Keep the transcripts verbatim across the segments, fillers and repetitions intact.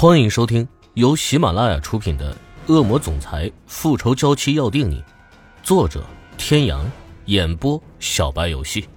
欢迎收听由喜马拉雅出品的《恶魔总裁复仇娇妻要定你》，作者天阳，演播小白游戏。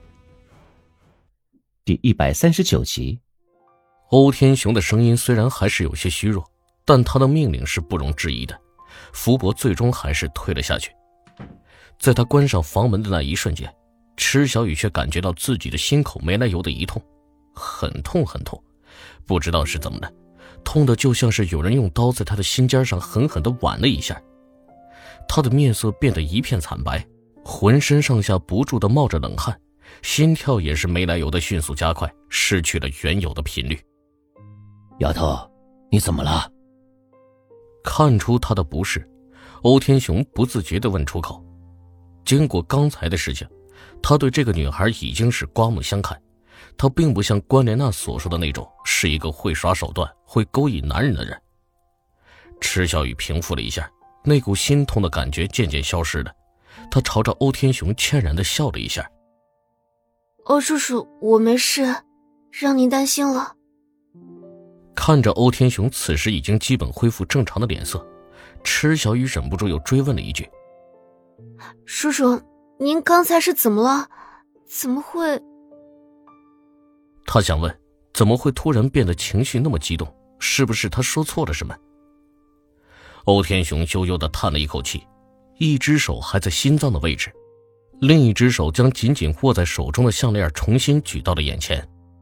第一百三十九集。 欧天雄的声音虽然还是有些虚弱，但他的命令是不容置疑的。福伯最终还是退了下去。在他关上房门的那一瞬间，池小雨却感觉到自己的心口没来由的一痛，很痛很痛，不知道是怎么的，痛得就像是有人用刀在他的心尖上狠狠地剜了一下。他的面色变得一片惨白，浑身上下不住地冒着冷汗，心跳也是没来由的迅速加快，失去了原有的频率。 丫头，你怎么了？ 看出他的不适，欧天雄不自觉地问出口。经过刚才的事情，他对这个女孩已经是刮目相看。她并不像关莲娜所说的那种是一个会耍手段会勾引男人的人。池小雨平复了一下，那股心痛的感觉渐渐消失了，他朝着欧天雄歉然地笑了一下。 欧叔叔，我没事，让您担心了。 看着欧天雄此时已经基本恢复正常的脸色，池小雨忍不住又追问了一句： 叔叔，您刚才是怎么了？怎么会…… 他想问，怎么会突然变得情绪那么激动？是不是他说错了什么？欧天雄悠悠地叹了一口气，一只手还在心脏的位置，另一只手将紧紧握在手中的项链重新举到了眼前。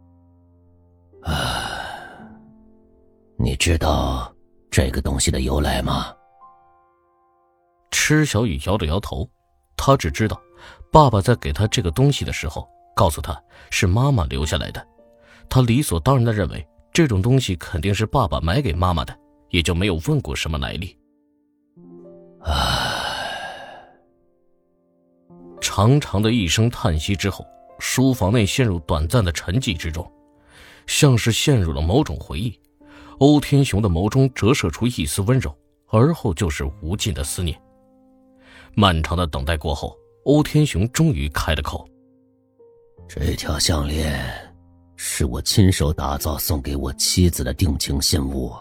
啊，你知道这个东西的由来吗？ 池小雨摇了摇头，他只知道爸爸在给他这个东西的时候告诉他是妈妈留下来的，他理所当然地认为这种东西肯定是爸爸买给妈妈的，也就没有问过什么来历。 唉， 长长的一声叹息之后，书房内陷入短暂的沉寂之中，像是陷入了某种回忆。欧天雄的眸中折射出一丝温柔，而后就是无尽的思念。漫长的等待过后，欧天雄终于开了口： 这条项链是我亲手打造送给我妻子的定情信物。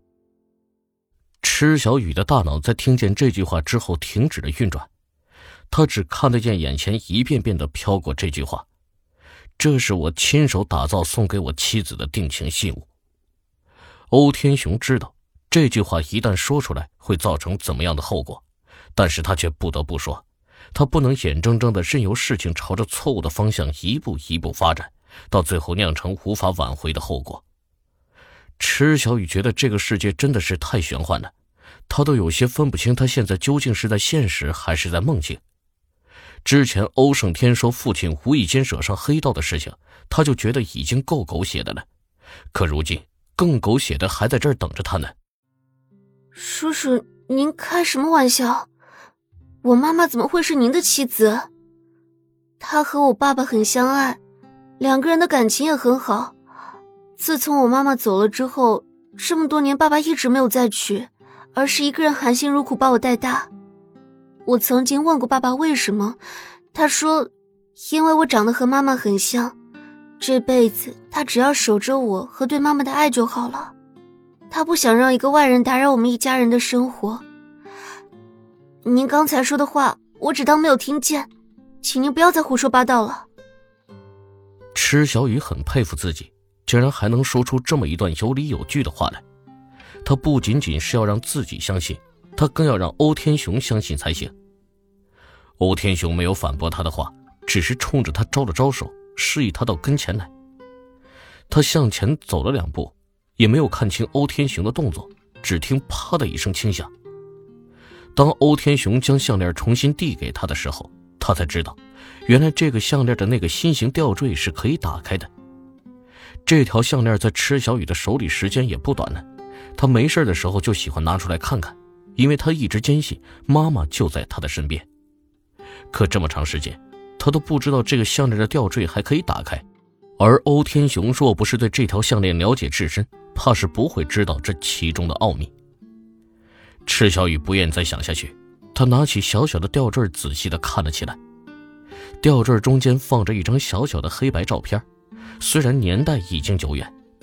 池小雨的大脑在听见这句话之后停止了运转，他只看得见眼前一遍遍地飘过这句话：这是我亲手打造送给我妻子的定情信物。欧天雄知道这句话一旦说出来会造成怎么样的后果，但是他却不得不说，他不能眼睁睁地任由事情朝着错误的方向一步一步发展，到最后酿成无法挽回的后果。池小雨觉得这个世界真的是太玄幻了，他都有些分不清他现在究竟是在现实还是在梦境。之前欧胜天说父亲无意间惹上黑道的事情，他就觉得已经够狗血的了，可如今更狗血的还在这儿等着他呢。 叔叔，您开什么玩笑？我妈妈怎么会是您的妻子？她和我爸爸很相爱，两个人的感情也很好。自从我妈妈走了之后，这么多年爸爸一直没有再娶，而是一个人含辛茹苦把我带大。我曾经问过爸爸为什么，他说因为我长得和妈妈很像，这辈子他只要守着我和对妈妈的爱就好了。他不想让一个外人打扰我们一家人的生活。您刚才说的话我只当没有听见，请您不要再胡说八道了。 池小雨很佩服自己，竟然还能说出这么一段有理有据的话来。他不仅仅是要让自己相信，他更要让欧天雄相信才行。欧天雄没有反驳他的话，只是冲着他招了招手，示意他到跟前来。他向前走了两步，也没有看清欧天雄的动作，只听啪的一声轻响。当欧天雄将项链重新递给他的时候，他才知道原来这个项链的那个心形吊坠是可以打开的。这条项链在池小雨的手里时间也不短了，他没事的时候就喜欢拿出来看看，因为他一直坚信妈妈就在他的身边。可这么长时间他都不知道这个项链的吊坠还可以打开，而欧天雄若不是对这条项链了解至深，怕是不会知道这其中的奥秘。池小雨不愿再想下去，他拿起小小的吊坠仔细地看了起来。吊坠中间放着一张小小的黑白照片，虽然年代已经久远，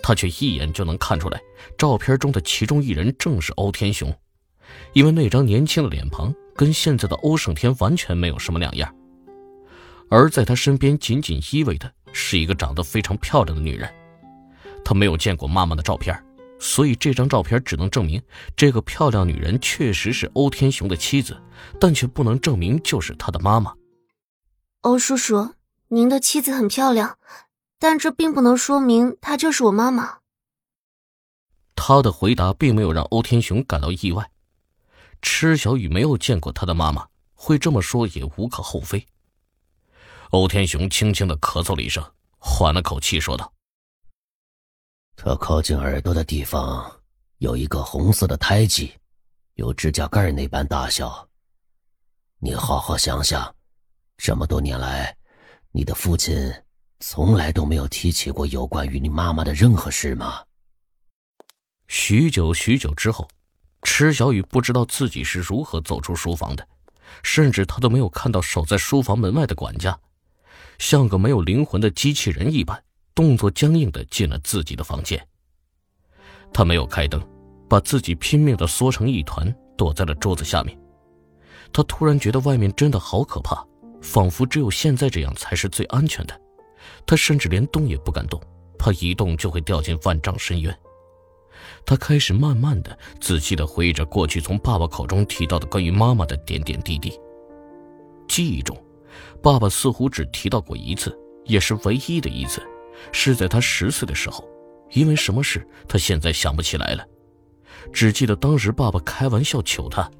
他却一眼就能看出来，照片中的其中一人正是欧天雄，因为那张年轻的脸庞跟现在的欧胜天完全没有什么两样。而在他身边紧紧依偎的是一个长得非常漂亮的女人。他没有见过妈妈的照片，所以这张照片只能证明这个漂亮女人确实是欧天雄的妻子，但却不能证明就是他的妈妈。 欧叔叔，您的妻子很漂亮，但这并不能说明她就是我妈妈。 他的回答并没有让欧天雄感到意外。池小雨没有见过他的妈妈，会这么说也无可厚非。欧天雄轻轻地咳嗽了一声，缓了口气说道： 他靠近耳朵的地方有一个红色的胎记，有指甲盖那般大小。你好好想想，这么多年来，你的父亲从来都没有提起过有关于你妈妈的任何事吗？ 许久许久之后，池小雨不知道自己是如何走出书房的，甚至他都没有看到守在书房门外的管家，像个没有灵魂的机器人一般，动作僵硬地进了自己的房间。他没有开灯，把自己拼命地缩成一团，躲在了桌子下面。他突然觉得外面真的好可怕，仿佛只有现在这样才是最安全的。他甚至连动也不敢动，怕一动就会掉进万丈深渊。他开始慢慢的、仔细地回忆着过去从爸爸口中提到的关于妈妈的点点滴滴。记忆中，爸爸似乎只提到过一次，也是唯一的一次，是在他十岁的时候。因为什么事，他现在想不起来了，只记得当时爸爸开玩笑求他：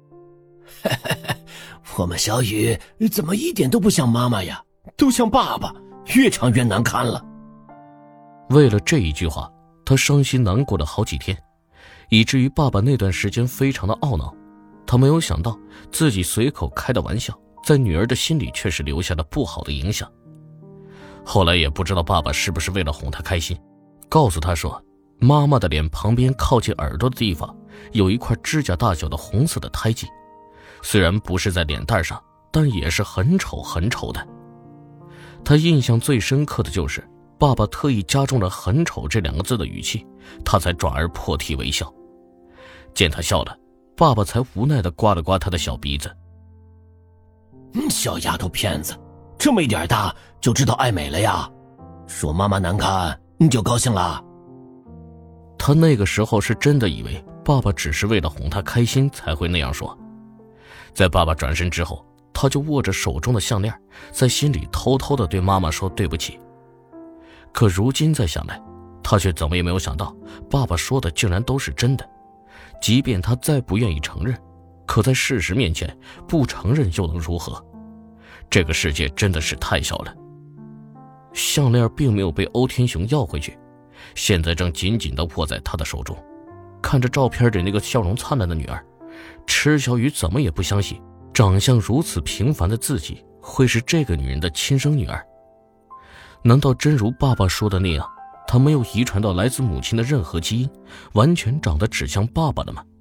我们小雨怎么一点都不像妈妈呀，都像爸爸，越长越难看了。 为了这一句话，他伤心难过了好几天，以至于爸爸那段时间非常的懊恼。他没有想到自己随口开的玩笑，在女儿的心里却是留下了不好的影响。后来也不知道爸爸是不是为了哄她开心，告诉她说妈妈的脸旁边靠近耳朵的地方有一块指甲大小的红色的胎记，虽然不是在脸蛋上，但也是很丑很丑的。他印象最深刻的就是爸爸特意加重了很丑这两个字的语气，他才转而破涕为笑。见他笑了，爸爸才无奈地刮了刮他的小鼻子。 小丫头片子，这么一点大就知道爱美了呀，说妈妈难看你就高兴了。 他那个时候是真的以为爸爸只是为了哄他开心才会那样说。在爸爸转身之后，他就握着手中的项链，在心里偷偷地对妈妈说对不起。可如今再想来，他却怎么也没有想到爸爸说的竟然都是真的。即便他再不愿意承认，可在事实面前，不承认又能如何？这个世界真的是太小了。项链并没有被欧天雄要回去，现在正紧紧地握在他的手中。看着照片里那个笑容灿烂的女儿，池小雨怎么也不相信长相如此平凡的自己会是这个女人的亲生女儿。难道真如爸爸说的那样，她没有遗传到来自母亲的任何基因，完全长得只像爸爸了吗？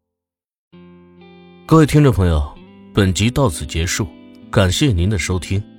各位听众朋友，本集到此结束，感谢您的收听。